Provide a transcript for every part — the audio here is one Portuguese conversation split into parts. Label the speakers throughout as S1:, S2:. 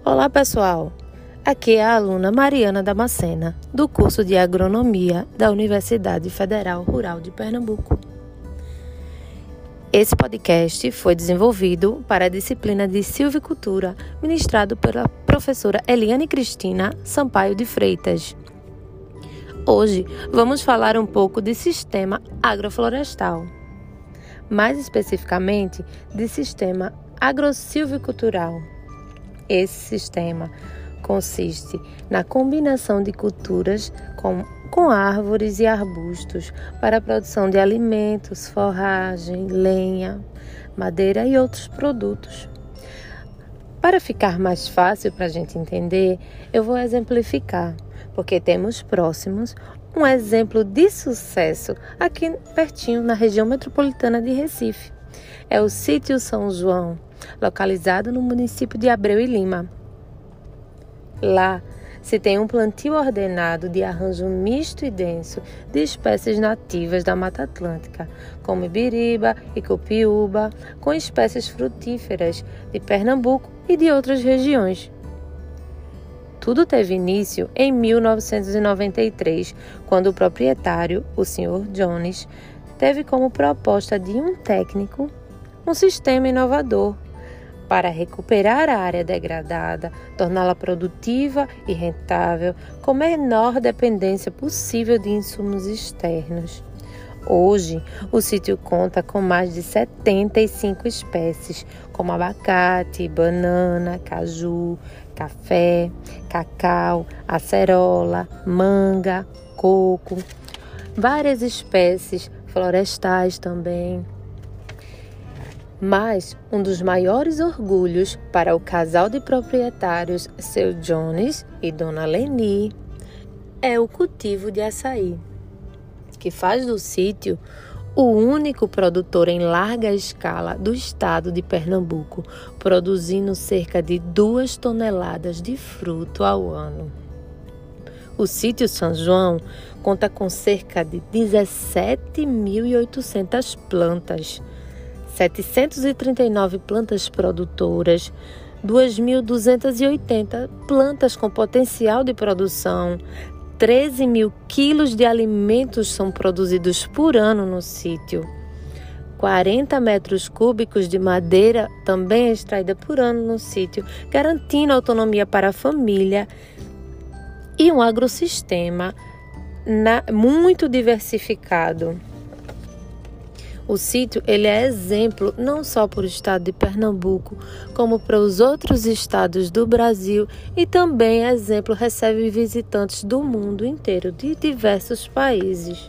S1: Olá pessoal, aqui é a aluna Mariana Damascena, do curso de Agronomia da Universidade Federal Rural de Pernambuco. Esse podcast foi desenvolvido para a disciplina de Silvicultura, ministrado pela professora Eliane Cristina Sampaio de Freitas. Hoje vamos falar um pouco de sistema agroflorestal, mais especificamente de sistema agrosilvicultural. Esse sistema consiste na combinação de culturas com árvores e arbustos para a produção de alimentos, forragem, lenha, madeira e outros produtos. Para ficar mais fácil para a gente entender, eu vou exemplificar, porque temos próximos um exemplo de sucesso aqui pertinho na região metropolitana de Recife. É o Sítio São João, localizado no município de Abreu e Lima. Lá se tem um plantio ordenado de arranjo misto e denso de espécies nativas da Mata Atlântica, como ibiriba e copiúba, com espécies frutíferas de Pernambuco e de outras regiões. Tudo teve início em 1993, quando o proprietário, o Sr. Jones, teve como proposta de um técnico um sistema inovador para recuperar a área degradada, torná-la produtiva e rentável, com menor dependência possível de insumos externos. Hoje, o sítio conta com mais de 75 espécies, como abacate, banana, caju, café, cacau, acerola, manga, coco, várias espécies florestais também. Mas um dos maiores orgulhos para o casal de proprietários, seu Jones e Dona Leni, é o cultivo de açaí, que faz do sítio o único produtor em larga escala do estado de Pernambuco, produzindo cerca de 2 toneladas de fruto ao ano. O Sítio São João conta com cerca de 17.800 plantas, 739 plantas produtoras, 2.280 plantas com potencial de produção, 13 mil quilos de alimentos são produzidos por ano no sítio, 40 metros cúbicos de madeira também é extraída por ano no sítio, garantindo autonomia para a família e um agrossistema muito diversificado. O sítio ele é exemplo não só para o estado de Pernambuco, como para os outros estados do Brasil e também exemplo recebe visitantes do mundo inteiro, de diversos países.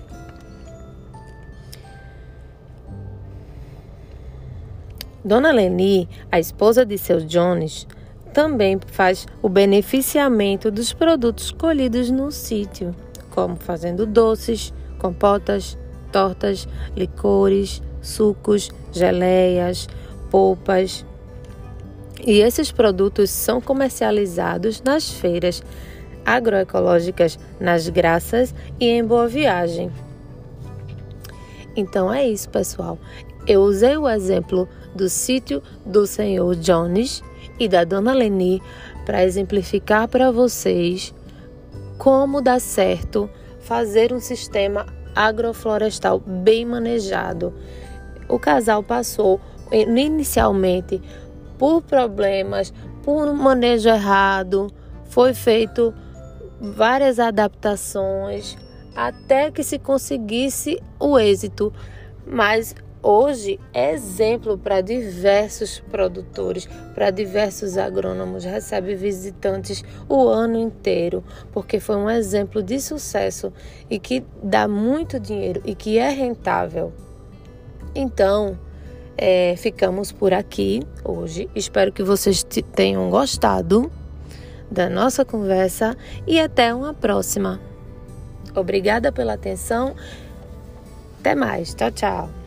S1: Dona Leni, a esposa de seu Jones, também faz o beneficiamento dos produtos colhidos no sítio, como fazendo doces, compotas, tortas, licores, sucos, geleias, polpas. E esses produtos são comercializados nas feiras agroecológicas, nas Graças e em Boa Viagem. Então é isso, pessoal. Eu usei o exemplo do sítio do senhor Jones e da dona Leni para exemplificar para vocês como dá certo fazer um sistema agroflorestal bem manejado. O casal passou inicialmente por problemas, por um manejo errado, foi feito várias adaptações até que se conseguisse o êxito, mas hoje é exemplo para diversos produtores, para diversos agrônomos, recebe visitantes o ano inteiro, porque foi um exemplo de sucesso e que dá muito dinheiro e que é rentável. Então, ficamos por aqui hoje. Espero que vocês tenham gostado da nossa conversa e até uma próxima. Obrigada pela atenção. Até mais. Tchau, tchau.